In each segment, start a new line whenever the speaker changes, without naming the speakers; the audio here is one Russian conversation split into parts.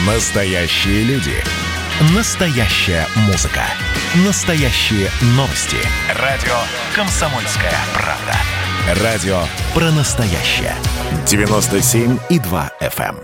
Настоящие люди. Настоящая музыка. Настоящие новости. Радио «Комсомольская правда». Радио про настоящее. 97,2 FM.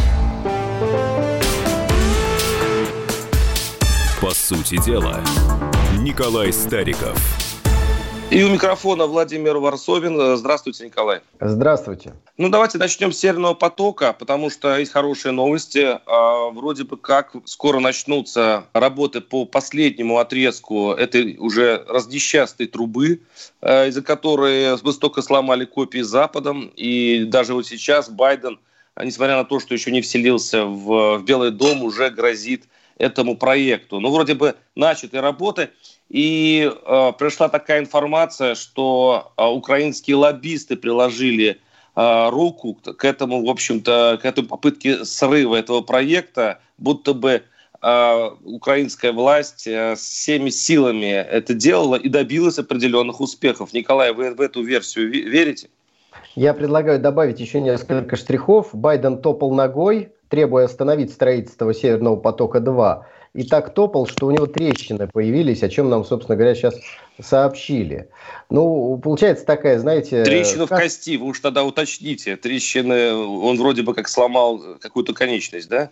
По сути дела, Николай Стариков.
И у микрофона Владимир Варсобин. Здравствуйте, Николай.
Здравствуйте.
Давайте начнем с Северного потока, потому что есть хорошие новости. Вроде бы как скоро начнутся работы по последнему отрезку этой уже разнесчастной трубы, из-за которой с востока сломали копии с Западом. И даже вот сейчас Байден, несмотря на то, что еще не вселился в Белый дом, уже грозит этому проекту. Вроде бы начаты работы. И пришла такая информация, что украинские лоббисты приложили руку к этому, в общем-то, к этой попытке срыва этого проекта, будто бы украинская власть всеми силами это делала и добилась определенных успехов. Николай, вы в эту версию верите?
Я предлагаю добавить еще несколько штрихов. Байден топал ногой, требуя остановить строительство Северного потока-2. И так топал, что у него трещины появились, о чем нам, собственно говоря, сейчас сообщили. Получается такая, знаете...
Трещина в кости, вы уж тогда уточните. Трещины, он вроде бы как сломал какую-то конечность, да?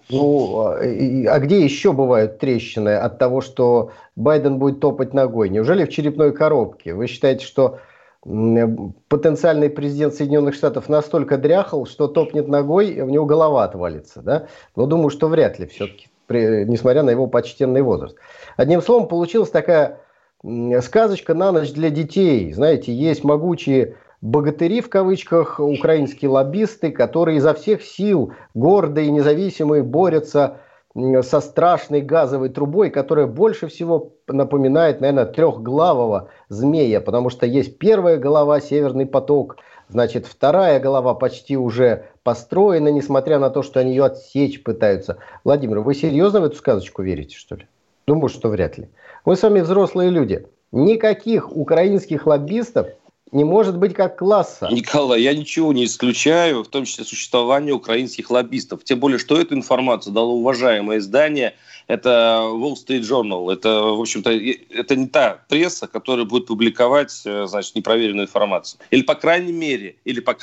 А где еще бывают трещины от того, что Байден будет топать ногой? Неужели в черепной коробке? Вы считаете, что потенциальный президент Соединенных Штатов настолько дряхал, что топнет ногой, и у него голова отвалится, да? Думаю, что вряд ли все-таки, несмотря на его почтенный возраст. Одним словом, получилась такая сказочка на ночь для детей. Знаете, есть могучие богатыри, в кавычках, украинские лоббисты, которые изо всех сил, гордые и независимые, борются со страшной газовой трубой, которая больше всего напоминает, наверное, трехглавого змея, потому что есть первая голова, Северный поток, значит, вторая голова почти уже построена, несмотря на то, что они ее отсечь пытаются. Владимир, вы серьезно в эту сказочку верите, что ли? Думаю, что вряд ли. Мы с вами взрослые люди. Никаких украинских лоббистов не может быть как класса.
Николай, я ничего не исключаю, в том числе существование украинских лоббистов. Тем более, что эту информацию дало уважаемое издание. Это Wall Street Journal. Это, в общем-то, это не та пресса, которая будет публиковать, значит, непроверенную информацию. Или, по крайней мере,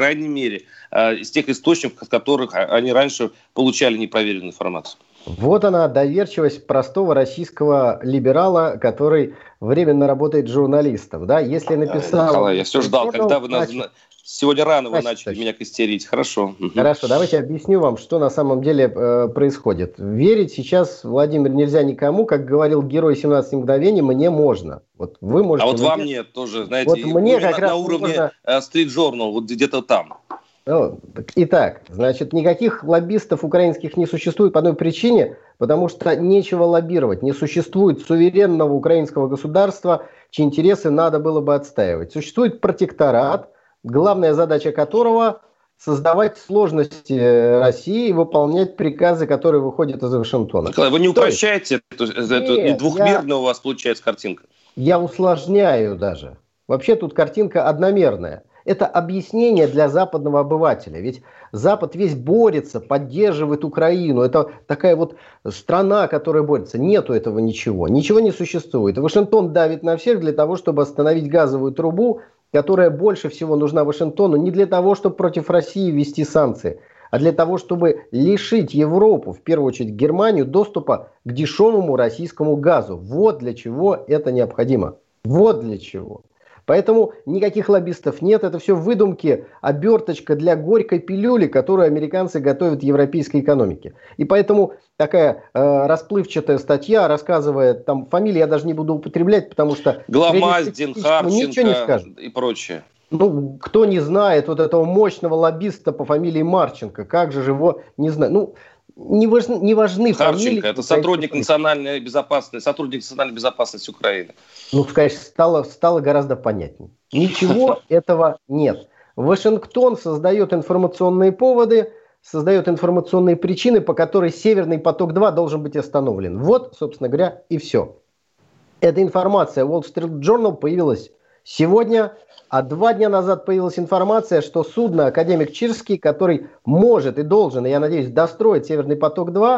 из тех источников, в которых они раньше получали непроверенную информацию.
Вот она, доверчивость простого российского либерала, который временно работает журналистом. Да? Если написал...
Николай, я все ждал, когда вы... Сегодня рано вы начали меня костерить. Хорошо.
Хорошо, давайте объясню вам, что на самом деле происходит. Верить сейчас, Владимир, нельзя никому. Как говорил герой 17 мгновений, мне можно. Вот вы можете...
А вот вам нет тоже, знаете,
вот мне как раз
на уровне Street Journal, вот где-то там.
Итак, значит, никаких лоббистов украинских не существует по одной причине, потому что нечего лоббировать. Не существует суверенного украинского государства, чьи интересы надо было бы отстаивать. Существует протекторат, главная задача которого – создавать сложности России и выполнять приказы, которые выходят из Вашингтона.
Николай, вы не упрощаете эту двухмерную у вас получается картинка?
Я усложняю даже. Вообще тут картинка одномерная. Это объяснение для западного обывателя. Ведь Запад весь борется, поддерживает Украину. Это такая вот страна, которая борется. Нету этого ничего. Ничего не существует. Вашингтон давит на всех для того, чтобы остановить газовую трубу, которая больше всего нужна Вашингтону не для того, чтобы против России ввести санкции, а для того, чтобы лишить Европу, в первую очередь Германию, доступа к дешевому российскому газу. Вот для чего это необходимо. Вот для чего. Поэтому никаких лоббистов нет, это все выдумки, оберточка для горькой пилюли, которую американцы готовят европейской экономике. И поэтому такая расплывчатая статья, рассказывая, там фамилии я даже не буду употреблять, потому что...
Гломаздин, Харченко и прочее.
Кто не знает вот этого мощного лоббиста по фамилии Марченко, как же его не знать? Не важны
Харченко,
фамилии.
это сотрудник национальной безопасности Украины.
Конечно, стало гораздо понятнее. Ничего этого нет. Вашингтон создает информационные поводы, создает информационные причины, по которой Северный поток-2 должен быть остановлен. Вот, собственно говоря, и все. Эта информация Wall Street Journal появилась сегодня, а 2 дня назад появилась информация, что судно «Академик Чирский», который может и должен, и я надеюсь, достроить «Северный поток-2»,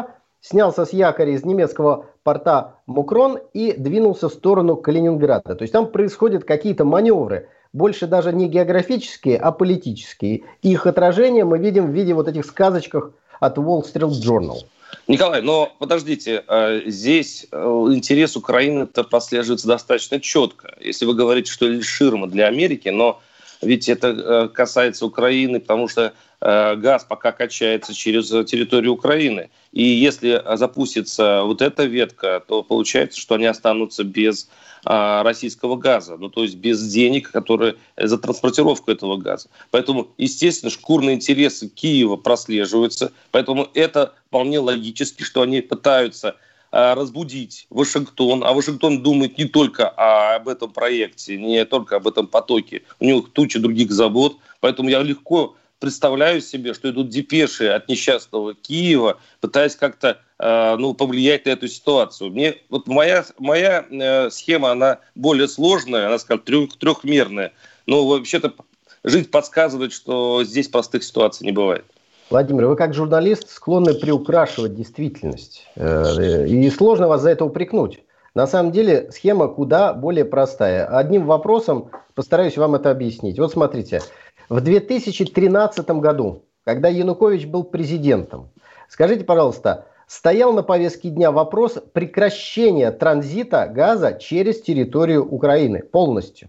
снялся с якоря из немецкого порта Мукрон и двинулся в сторону Калининграда. То есть там происходят какие-то маневры, больше даже не географические, а политические. И их отражение мы видим в виде вот этих сказочках от Wall Street Journal.
Николай, но подождите, здесь интерес Украины-то прослеживается достаточно четко. Если вы говорите, что это ширма для Америки, но ведь это касается Украины, потому что газ пока качается через территорию Украины. И если запустится вот эта ветка, то получается, что они останутся без российского газа, ну то есть без денег, которые за транспортировку этого газа. Поэтому, естественно, шкурные интересы Киева прослеживаются, поэтому это вполне логически, что они пытаются разбудить Вашингтон, а Вашингтон думает не только об этом проекте, не только об этом потоке, у него туча других забот, поэтому я легко представляю себе, что идут депеши от несчастного Киева, пытаясь как-то повлиять на эту ситуацию. Вот моя схема, она более сложная, она, скажем, трехмерная, но вообще-то жизнь подсказывает, что здесь простых ситуаций не бывает.
Владимир, вы как журналист склонны приукрашивать действительность. И сложно вас за это упрекнуть. На самом деле схема куда более простая. Одним вопросом постараюсь вам это объяснить. Вот смотрите, в 2013 году, когда Янукович был президентом, скажите, пожалуйста, стоял на повестке дня вопрос прекращения транзита газа через территорию Украины полностью?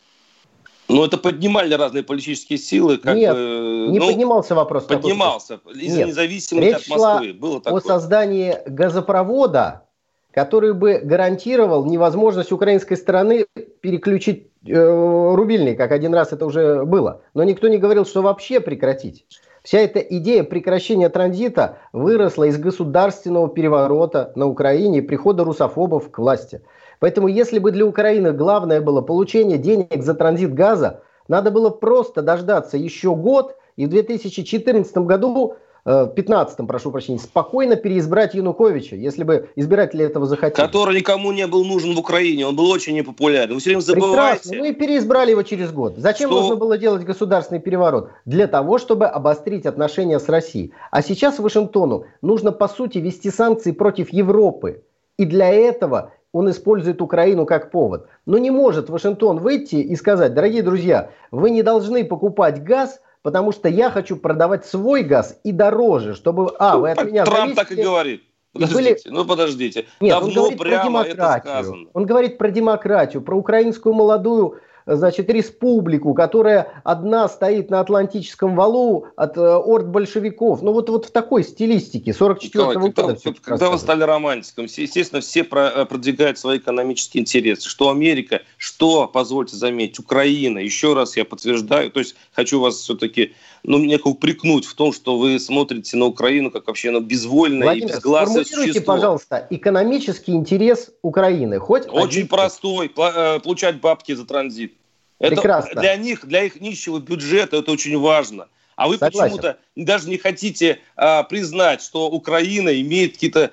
Ну, это поднимали разные политические силы.
Нет, не поднимался вопрос.
Поднимался. Из-за независимости от Москвы. Было такое.
О создании газопровода, который бы гарантировал невозможность украинской стороны переключить рубильник, как один раз это уже было. Но никто не говорил, что вообще прекратить. Вся эта идея прекращения транзита выросла из государственного переворота на Украине и прихода русофобов к власти. Поэтому если бы для Украины главное было получение денег за транзит газа, надо было просто дождаться еще год и в 2014 году, 2015, прошу прощения, спокойно переизбрать Януковича, если бы избиратели этого захотели.
Который никому не был нужен в Украине, он был очень непопулярен. Вы все время забываете.
Прекрасно, ну и переизбрали его через год. Зачем нужно было делать государственный переворот? Для того, чтобы обострить отношения с Россией. А сейчас Вашингтону нужно, по сути, ввести санкции против Европы. И для этого он использует Украину как повод. Но не может Вашингтон выйти и сказать: дорогие друзья, вы не должны покупать газ, потому что я хочу продавать свой газ и дороже, чтобы... вы от меня
Трамп так и говорит. Подождите.
Нет, он говорит про демократию. Он говорит про демократию, про украинскую молодую, республику, которая одна стоит на Атлантическом валу от орд большевиков. Ну вот в такой стилистике 44-го года.
Когда вы стали романтиком, естественно, все продвигают свои экономические интересы. Что Америка, что, позвольте заметить, Украина. Еще раз я подтверждаю, то есть хочу вас все-таки некого упрекнуть в том, что вы смотрите на Украину как вообще на безвольное и безгласное существо.
Сформулируйте, пожалуйста, экономический интерес Украины.
Очень простой. Получать бабки за транзит. Это для них, для их нищего бюджета это очень важно. А вы почему-то даже не хотите признать, что Украина имеет какие-то,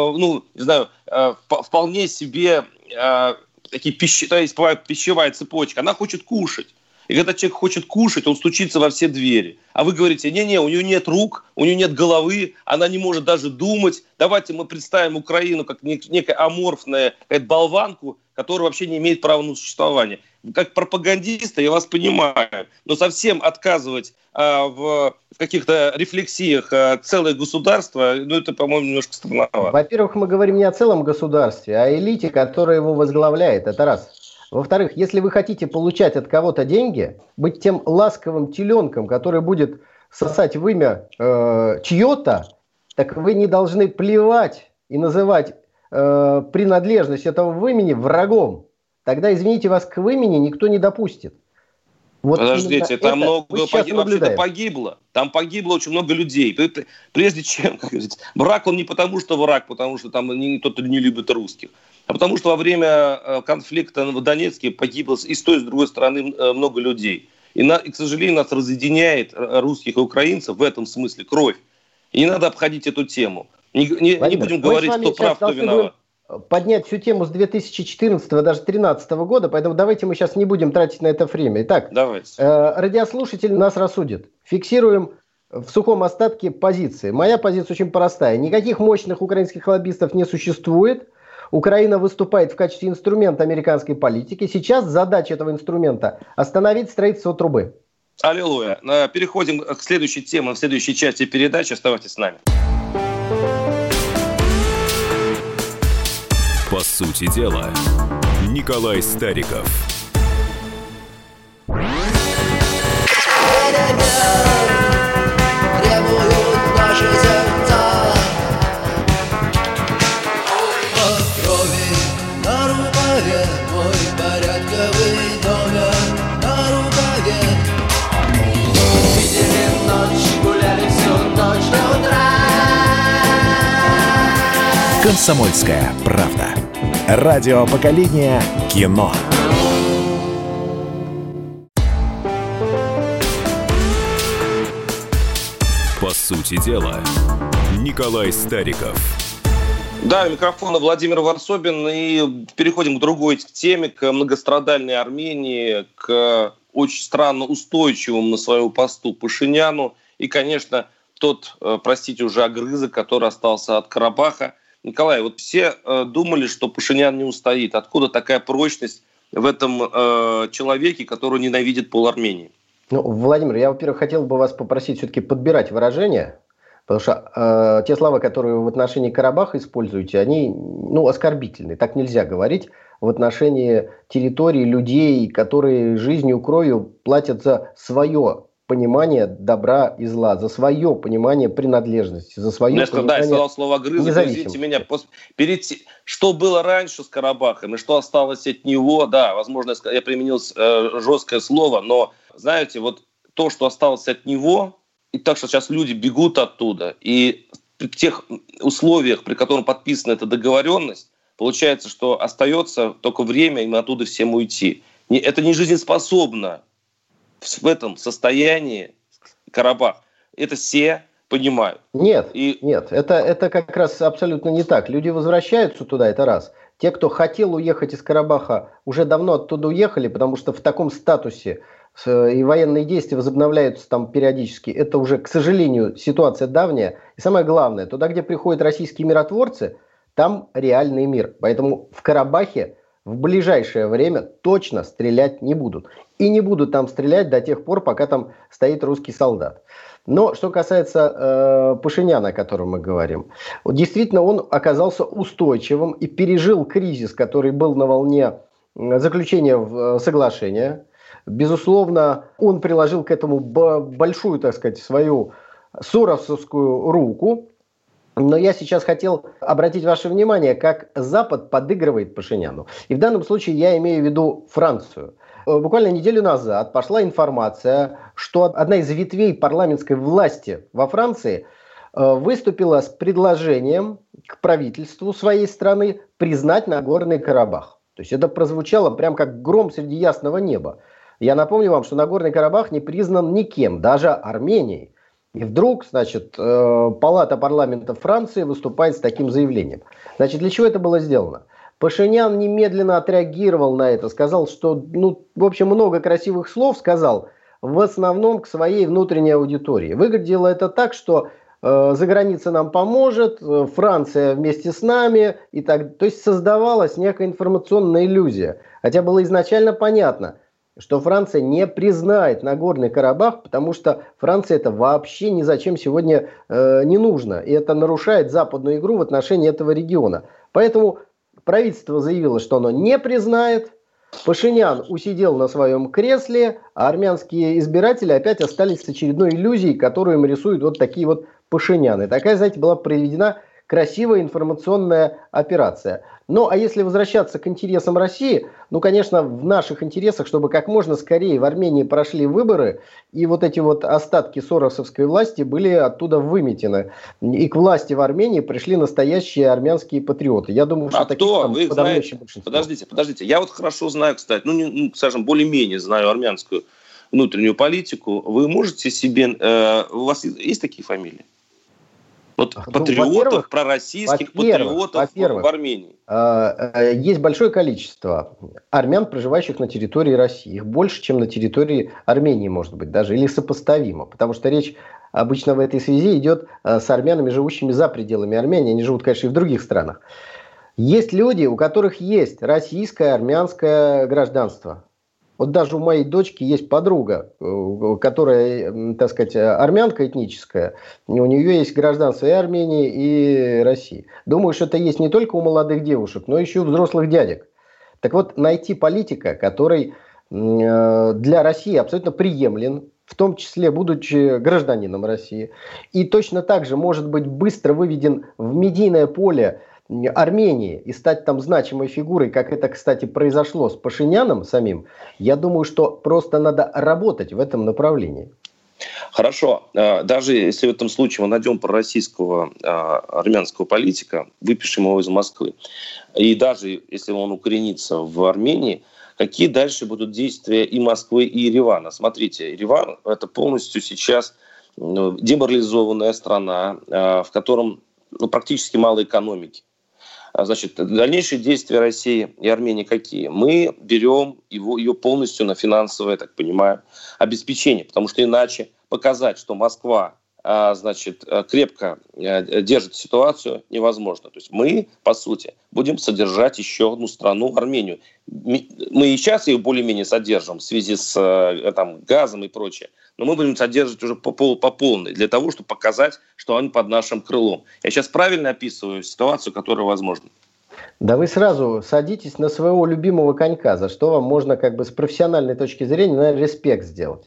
вполне себе такие пищевая цепочка. Она хочет кушать. И когда человек хочет кушать, он стучится во все двери. А вы говорите: не-не, у нее нет рук, у нее нет головы, она не может даже думать. Давайте мы представим Украину как некая аморфная болванку, которая вообще не имеет права на существование. Как пропагандиста я вас понимаю, но совсем отказывать в каких-то рефлексиях целое государство, это, по-моему, немножко странновато.
Во-первых, мы говорим не о целом государстве, а о элите, которая его возглавляет. Это раз. Во-вторых, если вы хотите получать от кого-то деньги, быть тем ласковым теленком, который будет сосать вымя чье-то, так вы не должны плевать и называть принадлежность этого вымени врагом. Тогда, извините, вас к вымени никто не допустит.
Подождите, там много вообще-то погибло. Там погибло очень много людей. Прежде чем, как говорится, враг, он не потому, что враг, потому что там кто-то не любит русских, а потому что во время конфликта в Донецке погибло и с той, и с другой стороны много людей. И, к сожалению, нас разъединяет русских и украинцев в этом смысле кровь. И не надо обходить эту тему. Не будем говорить, кто прав, кто виноват.
Поднять всю тему с 2014, даже 2013 года, поэтому давайте мы сейчас не будем тратить на это время. Итак, радиослушатель нас рассудит. Фиксируем в сухом остатке позиции. Моя позиция очень простая. Никаких мощных украинских лоббистов не существует. Украина выступает в качестве инструмента американской политики. Сейчас задача этого инструмента – остановить строительство трубы.
Аллилуйя. Переходим к следующей теме, в следующей части передачи. Оставайтесь с нами.
По сути дела, Николай Стариков.
«Комсомольская правда». Радио поколения кино.
По сути дела, Николай Стариков.
Да, у микрофона Владимир Варсобин. И переходим к другой теме, к многострадальной Армении, к очень странно устойчивому на своему посту Пашиняну. И, конечно, тот, простите, уже огрызок, который остался от Карабаха. Николай, вот все думали, что Пашинян не устоит. Откуда такая прочность в этом человеке, который ненавидит пол Армении?
Ну, Владимир, я, во-первых, хотел бы вас попросить все-таки подбирать выражения, потому что те слова, которые вы в отношении Карабаха используете, они оскорбительны. Так нельзя говорить в отношении территории, людей, которые жизнью кровью платят за свое понимание добра и зла, за свое понимание принадлежности, за свое понимание
я сказал слово «огрызок», извините меня. Что было раньше с Карабахом и что осталось от него, да, возможно, я применил жесткое слово, но, знаете, вот то, что осталось от него, и так что сейчас люди бегут оттуда, и при тех условиях, при которых подписана эта договоренность, получается, что остается только время им оттуда всем уйти. Это не жизнеспособно. В этом состоянии Карабах. Это все понимают.
Нет, это как раз абсолютно не так. Люди возвращаются туда, это раз. Те, кто хотел уехать из Карабаха, уже давно оттуда уехали, потому что в таком статусе и военные действия возобновляются там периодически. Это уже, к сожалению, ситуация давняя. И самое главное, туда, где приходят российские миротворцы, там реальный мир. Поэтому в Карабахе в ближайшее время точно стрелять не будут. И не будут там стрелять до тех пор, пока там стоит русский солдат. Но что касается Пашиняна, о котором мы говорим, действительно он оказался устойчивым и пережил кризис, который был на волне заключения соглашения. Безусловно, он приложил к этому большую, так сказать, свою соросовскую руку. Но я сейчас хотел обратить ваше внимание, как Запад подыгрывает Пашиняну. И в данном случае я имею в виду Францию. Буквально неделю назад пошла информация, что одна из ветвей парламентской власти во Франции выступила с предложением к правительству своей страны признать Нагорный Карабах. То есть это прозвучало прям как гром среди ясного неба. Я напомню вам, что Нагорный Карабах не признан никем, даже Арменией. И вдруг, значит, Палата парламента Франции выступает с таким заявлением. Значит, для чего это было сделано? Пашинян немедленно отреагировал на это, сказал, что, в общем, много красивых слов сказал, в основном к своей внутренней аудитории. Выглядело это так, что за граница нам поможет, Франция вместе с нами, и так. То есть создавалась некая информационная иллюзия. Хотя было изначально понятно, что Франция не признает Нагорный Карабах, потому что Франции это вообще ни зачем сегодня не нужно. И это нарушает западную игру в отношении этого региона. Поэтому правительство заявило, что оно не признает. Пашинян усидел на своем кресле, а армянские избиратели опять остались с очередной иллюзией, которую им рисуют вот такие вот пашиняны. Такая, знаете, была проведена красивая информационная операция. Ну, а если возвращаться к интересам России, конечно, в наших интересах, чтобы как можно скорее в Армении прошли выборы, и вот эти вот остатки соросовской власти были оттуда выметены. И к власти в Армении пришли настоящие армянские патриоты. Я думаю, что таких там подавляющее большинство.
Подождите. Я вот хорошо знаю, кстати, скажем, более-менее знаю армянскую внутреннюю политику. Вы можете себе... у вас есть такие фамилии? Вот патриотов, пророссийских патриотов в Армении.
Есть большое количество армян, проживающих на территории России. Их больше, чем на территории Армении, может быть, даже, или сопоставимо. Потому что речь обычно в этой связи идет с армянами, живущими за пределами Армении. Они живут, конечно, и в других странах. Есть люди, у которых есть российское, армянское гражданство. Вот даже у моей дочки есть подруга, которая, так сказать, армянка этническая. У нее есть гражданство и Армении, и России. Думаю, что это есть не только у молодых девушек, но еще и у взрослых дядек. Так вот, найти политика, который для России абсолютно приемлем, в том числе будучи гражданином России, и точно так же может быть быстро выведен в медийное поле Армении и стать там значимой фигурой, как это, кстати, произошло с Пашиняном самим, я думаю, что просто надо работать в этом направлении.
Хорошо. Даже если в этом случае мы найдем пророссийского армянского политика, выпишем его из Москвы, и даже если он укоренится в Армении, какие дальше будут действия и Москвы, и Еревана? Смотрите, Ереван – это полностью сейчас деморализованная страна, в котором практически мало экономики. Значит, дальнейшие действия России и Армении какие? Мы берем ее полностью на финансовое, я так понимаю, обеспечение, потому что иначе показать, что Москва крепко держит ситуацию, невозможно. То есть мы, по сути, будем содержать еще одну страну, Армению. Мы и сейчас ее более-менее содержим в связи с газом и прочее, но мы будем содержать уже по полной, для того, чтобы показать, что они под нашим крылом. Я сейчас правильно описываю ситуацию, которая возможна?
Да вы сразу садитесь на своего любимого конька, за что вам можно с профессиональной точки зрения, наверное, респект сделать.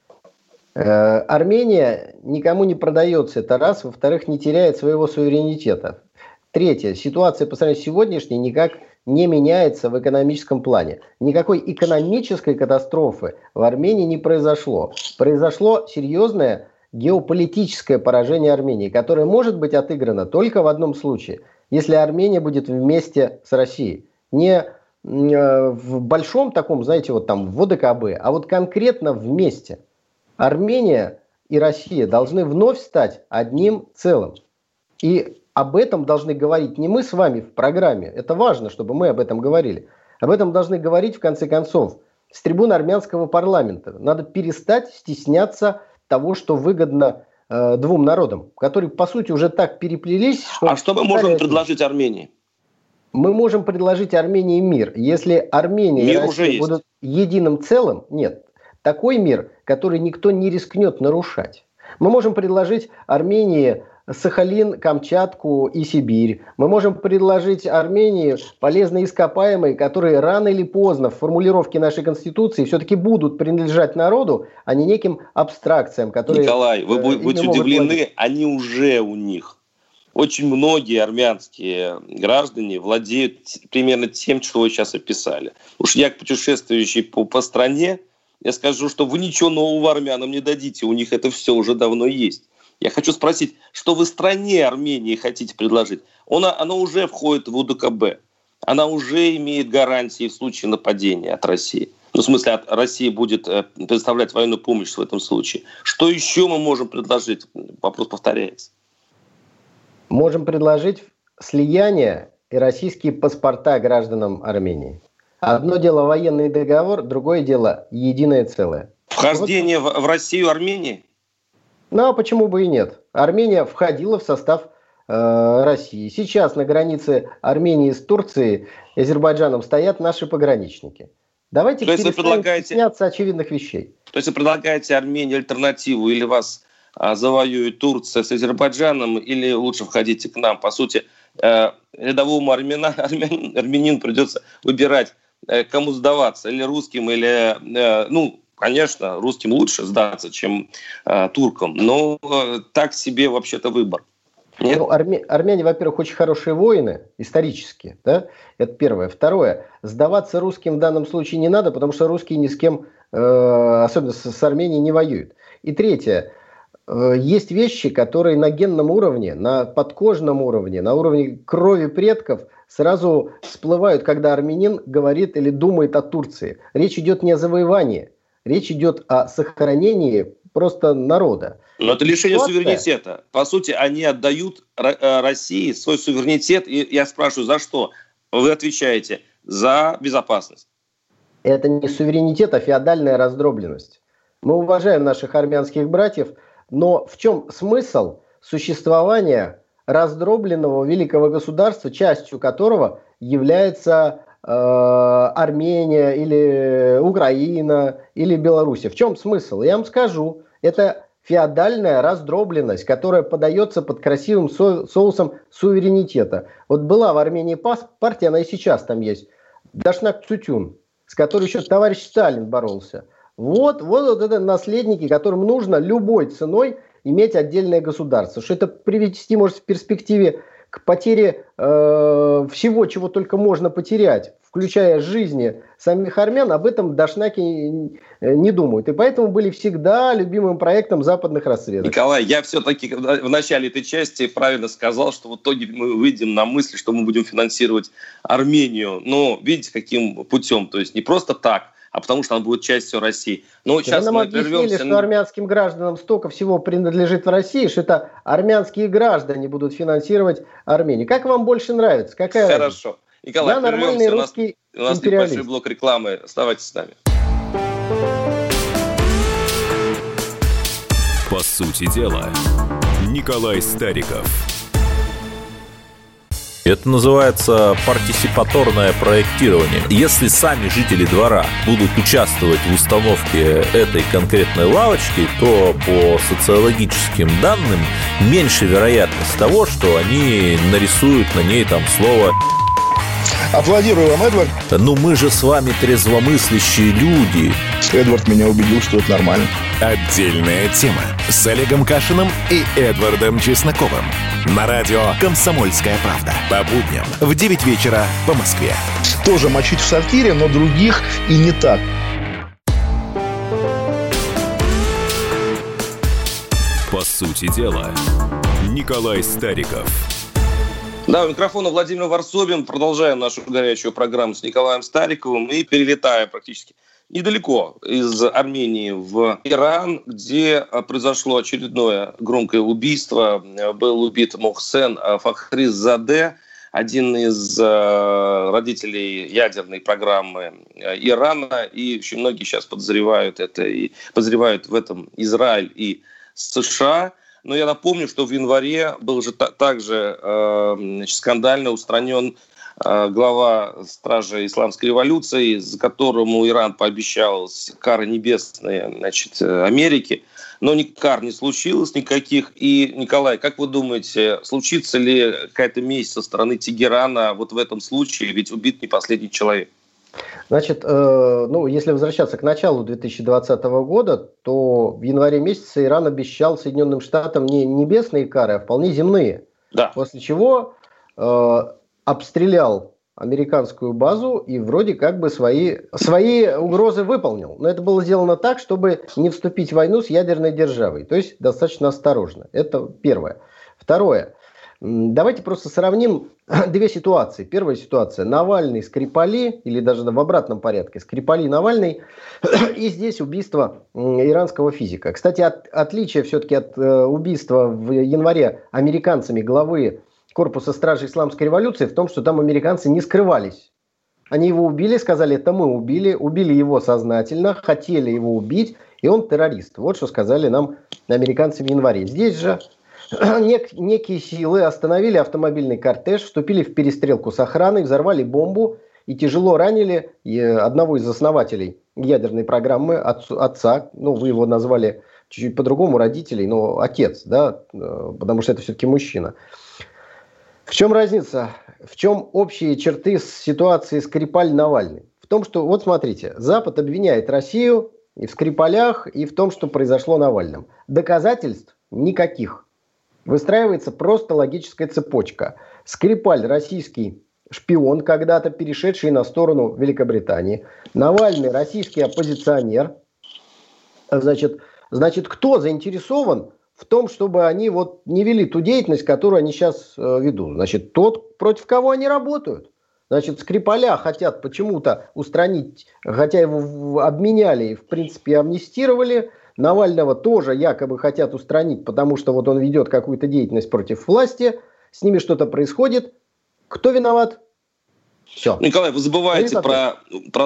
Армения никому не продается, это раз. Во-вторых, не теряет своего суверенитета. Третье. Ситуация по сравнению с сегодняшней никак не меняется в экономическом плане. Никакой экономической катастрофы в Армении не произошло. Произошло серьезное геополитическое поражение Армении, которое может быть отыграно только в одном случае, если Армения будет вместе с Россией. Не в большом таком, в ОДКБ, а вот конкретно вместе. Армения и Россия должны вновь стать одним целым. И об этом должны говорить не мы с вами в программе. Это важно, чтобы мы об этом говорили. Об этом должны говорить, в конце концов, с трибуны армянского парламента. Надо перестать стесняться того, что выгодно двум народам, которые, по сути, уже так переплелись.
Что мы можем предложить Армении?
Мы можем предложить Армении мир. Если Армения и Россия будут единым целым, нет. Такой мир, который никто не рискнет нарушать. Мы можем предложить Армении Сахалин, Камчатку и Сибирь. Мы можем предложить Армении полезные ископаемые, которые рано или поздно в формулировке нашей Конституции все-таки будут принадлежать народу, а не неким абстракциям, которые...
Николай, вы будете удивлены, они уже у них. Очень многие армянские граждане владеют примерно тем, что вы сейчас описали. Уж я, путешествующий по стране, я скажу, что вы ничего нового армянам не дадите, у них это все уже давно есть. Я хочу спросить, что вы стране Армении хотите предложить? Она уже входит в УДКБ, она уже имеет гарантии в случае нападения от России. В смысле, Россия будет предоставлять военную помощь в этом случае. Что еще мы можем предложить? Вопрос повторяется.
Можем предложить слияние и российские паспорта гражданам Армении. Одно дело военный договор, другое дело единое целое.
Вхождение в Россию Армении?
Ну, а почему бы и нет? Армения входила в состав России. Сейчас на границе Армении с Турцией и Азербайджаном стоят наши пограничники. Давайте перестанем стесняться очевидных вещей.
То есть вы предлагаете Армении альтернативу, или вас завоюет Турция с Азербайджаном, или лучше входите к нам? По сути, рядовому армянину придется выбирать, кому сдаваться, или русским, или... конечно, русским лучше сдаться, чем туркам, но так себе вообще-то выбор.
Армяне, во-первых, очень хорошие воины, исторически, да? Это первое. Второе, сдаваться русским в данном случае не надо, потому что русские ни с кем, особенно с Арменией, не воюют. И третье, есть вещи, которые на генном уровне, на подкожном уровне, на уровне крови предков сразу всплывают, когда армянин говорит или думает о Турции. Речь идет не о завоевании, речь идет о сохранении просто народа.
Но это лишение суверенитета. По сути, они отдают России свой суверенитет. И я спрашиваю, за что? Вы отвечаете, за безопасность.
Это не суверенитет, а феодальная раздробленность. Мы уважаем наших армянских братьев, Но в чем смысл существования раздробленного великого государства, частью которого является Армения или Украина или Белоруссия? В чем смысл? Я вам скажу. Это феодальная раздробленность, которая подается под красивым соусом суверенитета. Вот была в Армении партия, она и сейчас там есть, Дашнак Цутюн, с которой еще товарищ Сталин боролся. Вот это наследники, которым нужно любой ценой иметь отдельное государство. Что это привести может в перспективе к потере всего, чего только можно потерять, включая жизни самих армян, об этом дашнаки не думают. И поэтому были всегда любимым проектом западных разведок.
Николай, я все-таки в начале этой части правильно сказал, что в итоге мы выйдем на мысль, что мы будем финансировать Армению. Но видите, каким путем? То есть не просто так, а потому что она будет частью России. Но сейчас
нам объяснили, что армянским гражданам столько всего принадлежит в России, что это армянские граждане будут финансировать Армению. Как вам больше нравится? Какая
Хорошо.
разница?
Николай,
я нормальный русский
у нас небольшой блок рекламы. Оставайтесь с нами.
По сути дела, Николай Стариков.
Это называется партисипаторное проектирование. Если сами жители двора будут участвовать в установке этой конкретной лавочки, то по социологическим данным меньше вероятность того, что они нарисуют на ней там слово.
Аплодирую вам, Эдвард.
Ну мы же с вами трезвомыслящие люди.
Эдвард меня убедил, что это нормально.
Отдельная тема с Олегом Кашиным и Эдвардом Чесноковым. На радио «Комсомольская правда». По будням в 9 вечера по Москве.
Тоже мочить в сортире, но других и не так.
По сути дела, Николай Стариков.
Да, у микрофона Владимир Варсобин. Продолжаем нашу горячую программу с Николаем Стариковым и перелетая практически недалеко из Армении в Иран, где произошло очередное громкое убийство. Был убит Мохсен Фахризаде, один из родителей ядерной программы Ирана. И очень многие сейчас подозревают это и подозревают в этом Израиль и США. Но я напомню, что в январе был же также скандально устранен глава Стражи Исламской революции, за которому Иран пообещал кары небесные, Америке. Но кар не случилось никаких. И, Николай, как вы думаете, случится ли какая-то месть со стороны Тегерана вот в этом случае? Ведь убит не последний человек.
Значит, если возвращаться к началу 2020 года, то в январе месяце Иран обещал Соединенным Штатам не небесные кары, а вполне земные.
Да.
После чего обстрелял американскую базу и вроде как бы свои угрозы выполнил. Но это было сделано так, чтобы не вступить в войну с ядерной державой. То есть достаточно осторожно. Это первое. Второе. Давайте просто сравним две ситуации. Первая ситуация. Навальный, Скрипали, или даже в обратном порядке. Скрипали, Навальный. И здесь убийство иранского физика. Кстати, отличие все-таки от убийства в январе американцами главы корпуса стражей Исламской революции в том, что там американцы не скрывались. Они его убили, сказали, это мы убили его сознательно, хотели его убить, и он террорист. Вот что сказали нам американцы в январе. Здесь же некие силы остановили автомобильный кортеж, вступили в перестрелку с охраной, взорвали бомбу и тяжело ранили одного из основателей ядерной программы, отца, вы его назвали чуть-чуть по-другому, родителей, но отец, да, потому что это все-таки мужчина. В чем разница? В чем общие черты ситуации Скрипаль-Навальный? В том, что, вот смотрите, Запад обвиняет Россию и в Скрипалях, и в том, что произошло Навальным. Доказательств никаких. Выстраивается просто логическая цепочка. Скрипаль – российский шпион, когда-то перешедший на сторону Великобритании. Навальный – российский оппозиционер. Значит, кто заинтересован в том, чтобы они не вели ту деятельность, которую они сейчас ведут? Значит, тот, против кого они работают. Значит, Скрипаля хотят почему-то устранить, хотя его обменяли и, в принципе, амнистировали. Навального тоже якобы хотят устранить, потому что он ведет какую-то деятельность против власти. С ними что-то происходит. Кто виноват? Все.
Николай, вы забываете про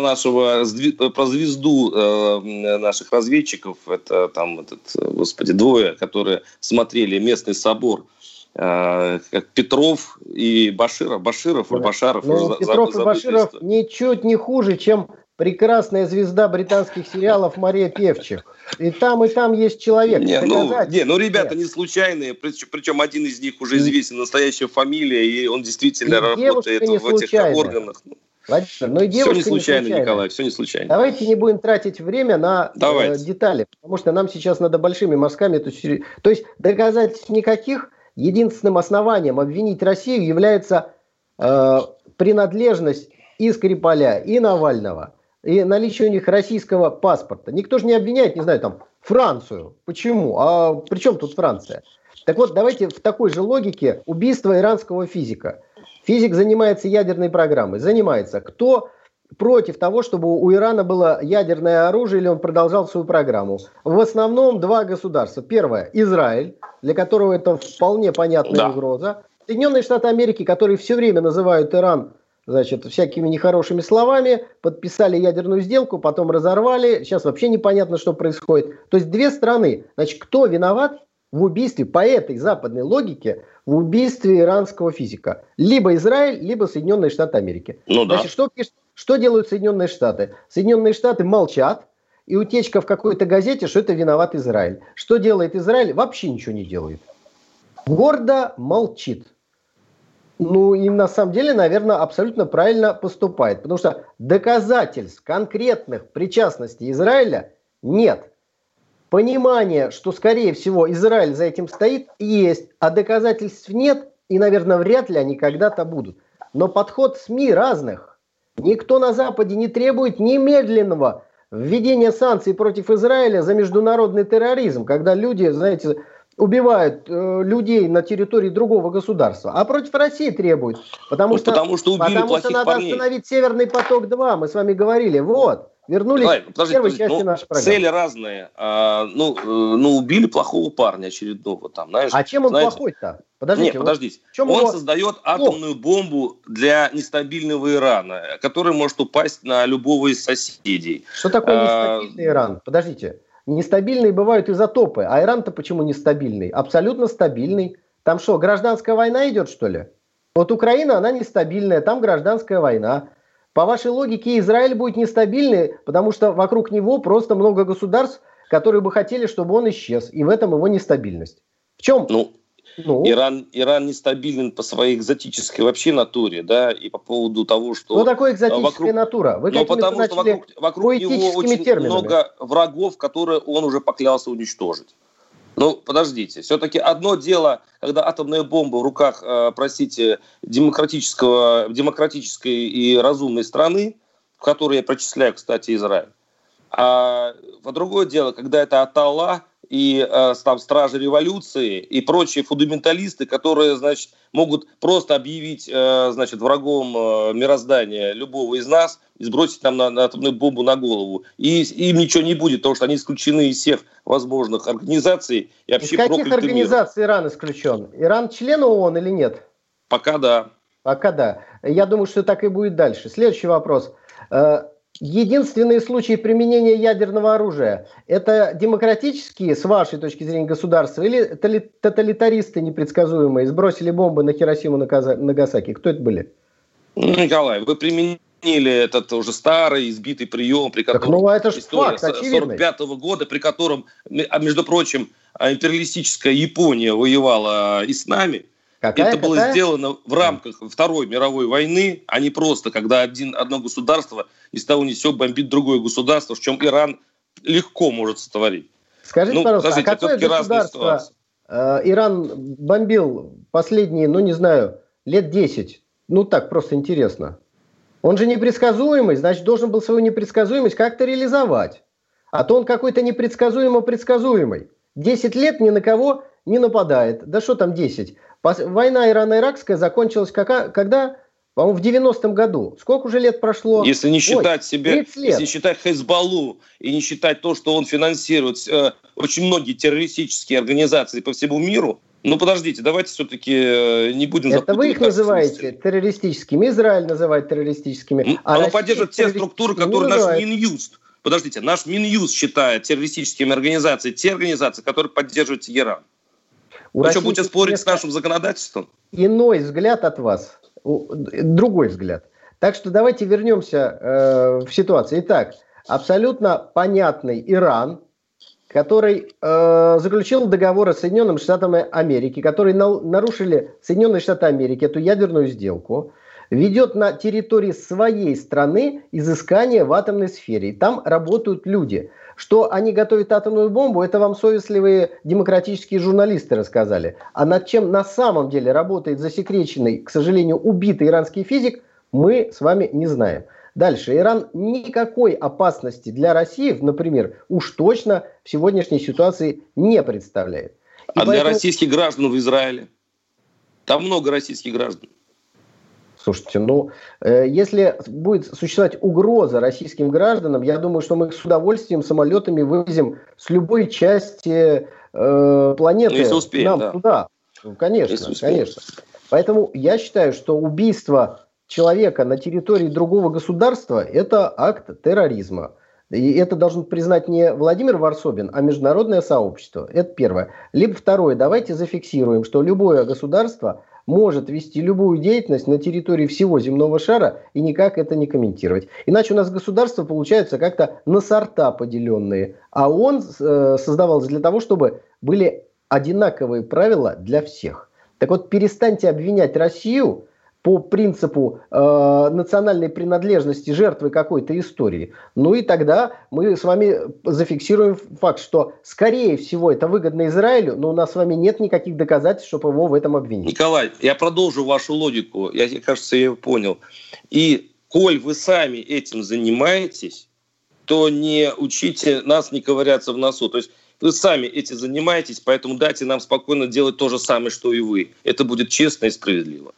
звезду наших разведчиков. Это там двое, которые смотрели местный собор. Как Петров и Баширов. Башаров.
Петров и Баширов ничуть не хуже, чем прекрасная звезда британских сериалов Мария Певчих. И там есть человек.
Ребята не случайные, причем один из них уже известен, настоящая фамилия, и он действительно работает в этих органах.
Владимир,
все не случайно, Николай, все не случайно.
Давайте не будем тратить время на детали, потому что нам сейчас надо большими мазками. То есть доказательств никаких. Единственным основанием обвинить Россию является принадлежность и Скрипаля, и Навального, и наличие у них российского паспорта. Никто же не обвиняет, не знаю, там, Францию. Почему? А при чем тут Франция? Так вот, давайте в такой же логике убийство иранского физика. Физик занимается ядерной программой. Занимается. Кто против того, чтобы у Ирана было ядерное оружие или он продолжал свою программу? В основном два государства. Первое – Израиль, для которого это вполне понятная угроза. Соединенные Штаты Америки, которые все время называют Иран, всякими нехорошими словами, подписали ядерную сделку, потом разорвали. Сейчас вообще непонятно, что происходит. То есть две страны. Значит, кто виноват в убийстве, по этой западной логике, в убийстве иранского физика? Либо Израиль, либо Соединенные Штаты Америки. Значит, что делают Соединенные Штаты? Соединенные Штаты молчат, и утечка в какой-то газете, что это виноват Израиль. Что делает Израиль? Вообще ничего не делает. Гордо молчит. И на самом деле, наверное, абсолютно правильно поступает. Потому что доказательств конкретных причастностей Израиля нет. Понимание, что, скорее всего, Израиль за этим стоит, есть, а доказательств нет, и, наверное, вряд ли они когда-то будут. Но подход СМИ разных. Никто на Западе не требует немедленного введения санкций против Израиля за международный терроризм, когда люди, убивают людей на территории другого государства. А против России требуют. Потому что надо остановить Северный поток-2. Мы с вами говорили. Вернулись к первой части нашей программы.
Цели разные. Убили плохого парня очередного.
А чем он плохой-то? Подождите.
Он создает атомную бомбу для нестабильного Ирана, который может упасть на любого из соседей.
Что такое нестабильный Иран? Подождите. Нестабильные бывают изотопы. А Иран-то почему нестабильный? Абсолютно стабильный. Там что, гражданская война идет, что ли? Вот Украина, она нестабильная, там гражданская война. По вашей логике, Израиль будет нестабильный, потому что вокруг него просто много государств, которые бы хотели, чтобы он исчез. И в этом его нестабильность. В чем?
Иран нестабилен по своей экзотической вообще натуре, да, и по поводу того, что...
Что такое экзотическая натура? Вы
потому что вокруг него очень много врагов, которые он уже поклялся уничтожить. Подождите. Все-таки одно дело, когда атомная бомба в руках, демократической и разумной страны, в которой я причисляю, кстати, Израиль. А другое дело, когда это Аталла и стражи революции и прочие фундаменталисты, которые, могут просто объявить, врагом мироздания любого из нас и сбросить нам на атомную бомбу на голову. И им ничего не будет, потому что они исключены из всех возможных организаций. И вообще
из каких организаций Иран исключен? Иран член ООН или нет?
Пока да.
Пока да. Я думаю, что так и будет дальше. Следующий вопрос. Единственные случаи применения ядерного оружия – это демократические, с вашей точки зрения, государства, или тоталитаристы непредсказуемые сбросили бомбы на Хиросиму, на Нагасаки? Кто это были?
Николай, вы применили этот уже старый, избитый прием, при котором
это же факт, очевидный.
45-го года, при котором, между прочим, империалистическая Япония воевала и с нами. Это было сделано в рамках Второй мировой войны, а не просто, когда одно государство из того ни с сего бомбит другое государство, в чем Иран легко может сотворить.
Скажите, пожалуйста, а какое государство Иран бомбил последние, лет 10? Так, просто интересно. Он же непредсказуемый, значит, должен был свою непредсказуемость как-то реализовать. А то он какой-то непредсказуемо предсказуемый. 10 лет ни на кого не нападает. Да что там 10? Война ирано-иракская закончилась когда? По-моему, в 90-м году. Сколько уже лет прошло?
Если не считать
если
не считать Хезболлу и не считать то, что он финансирует очень многие террористические организации по всему миру, подождите, давайте все-таки не будем...
Это вы их называете террористическими, Израиль называет террористическими.
Он поддерживает те структуры, которые наш Минюст... Подождите, наш Минюст считает террористическими организациями те организации, которые поддерживают Иран. Вы что, будете спорить с нашим законодательством?
Иной взгляд от вас, другой взгляд. Так что давайте вернемся в ситуацию. Итак, абсолютно понятный Иран, который заключил договоры с Соединенными Штатами Америки, которые нарушили Соединенные Штаты Америки, эту ядерную сделку, ведет на территории своей страны изыскания в атомной сфере. И там работают люди. Что они готовят атомную бомбу, это вам совестливые демократические журналисты рассказали. А над чем на самом деле работает засекреченный, к сожалению, убитый иранский физик, мы с вами не знаем. Дальше. Иран никакой опасности для России, например, уж точно в сегодняшней ситуации не представляет.
И для российских граждан в Израиле? Там много российских граждан.
Слушайте, если будет существовать угроза российским гражданам, я думаю, что мы их с удовольствием самолетами вывезем с любой части планеты.
Если успеем,
нам туда. Конечно, конечно. Поэтому я считаю, что убийство человека на территории другого государства – это акт терроризма. И это должен признать не Владимир Варсобин, а международное сообщество. Это первое. Либо второе. Давайте зафиксируем, что любое государство может вести любую деятельность на территории всего земного шара и никак это не комментировать. Иначе у нас государства получаются как-то на сорта поделенные. А он создавался для того, чтобы были одинаковые правила для всех. Так вот, перестаньте обвинять Россию по принципу национальной принадлежности жертвы какой-то истории. И тогда мы с вами зафиксируем факт, что, скорее всего, это выгодно Израилю, но у нас с вами нет никаких доказательств, чтобы его в этом обвинить.
Николай, я продолжу вашу логику. Кажется, я ее понял. И, коль вы сами этим занимаетесь, то не учите нас не ковыряться в носу. То есть вы сами этим занимаетесь, поэтому дайте нам спокойно делать то же самое, что и вы. Это будет честно и справедливо.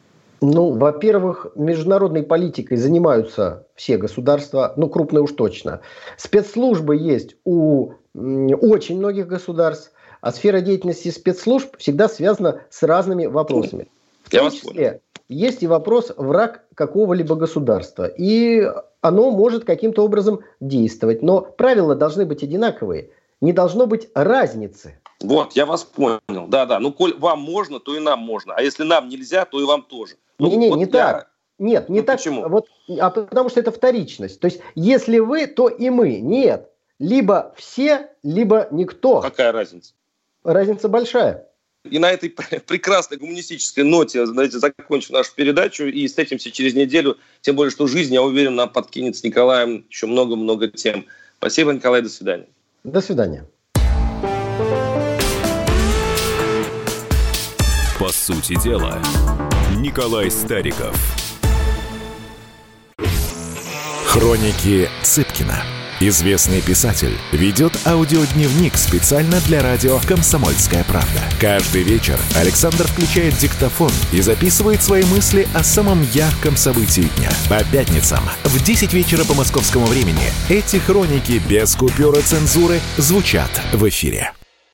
Во-первых, международной политикой занимаются все государства, крупные уж точно. Спецслужбы есть у очень многих государств, а сфера деятельности спецслужб всегда связана с разными вопросами. В том числе есть и вопрос враг какого-либо государства, и оно может каким-то образом действовать. Но правила должны быть одинаковые, не должно быть разницы.
Вот, я вас понял. Да. Коль вам можно, то и нам можно. А если нам нельзя, то и вам тоже.
Не так. Нет, не так.
Почему?
Потому что это вторичность. То есть, если вы, то и мы. Нет. Либо все, либо никто.
Какая разница?
Разница большая.
И на этой прекрасной гуманистической ноте, закончим нашу передачу и встретимся через неделю. Тем более, что жизнь, я уверен, нам подкинет с Николаем еще много-много тем. Спасибо, Николай, до свидания.
До свидания.
По сути дела, Николай Стариков.
Хроники Цыпкина. Известный писатель ведет аудиодневник специально для радио «Комсомольская правда». Каждый вечер Александр включает диктофон и записывает свои мысли о самом ярком событии дня. По пятницам в 10 вечера по московскому времени эти хроники без купюр и цензуры звучат в эфире.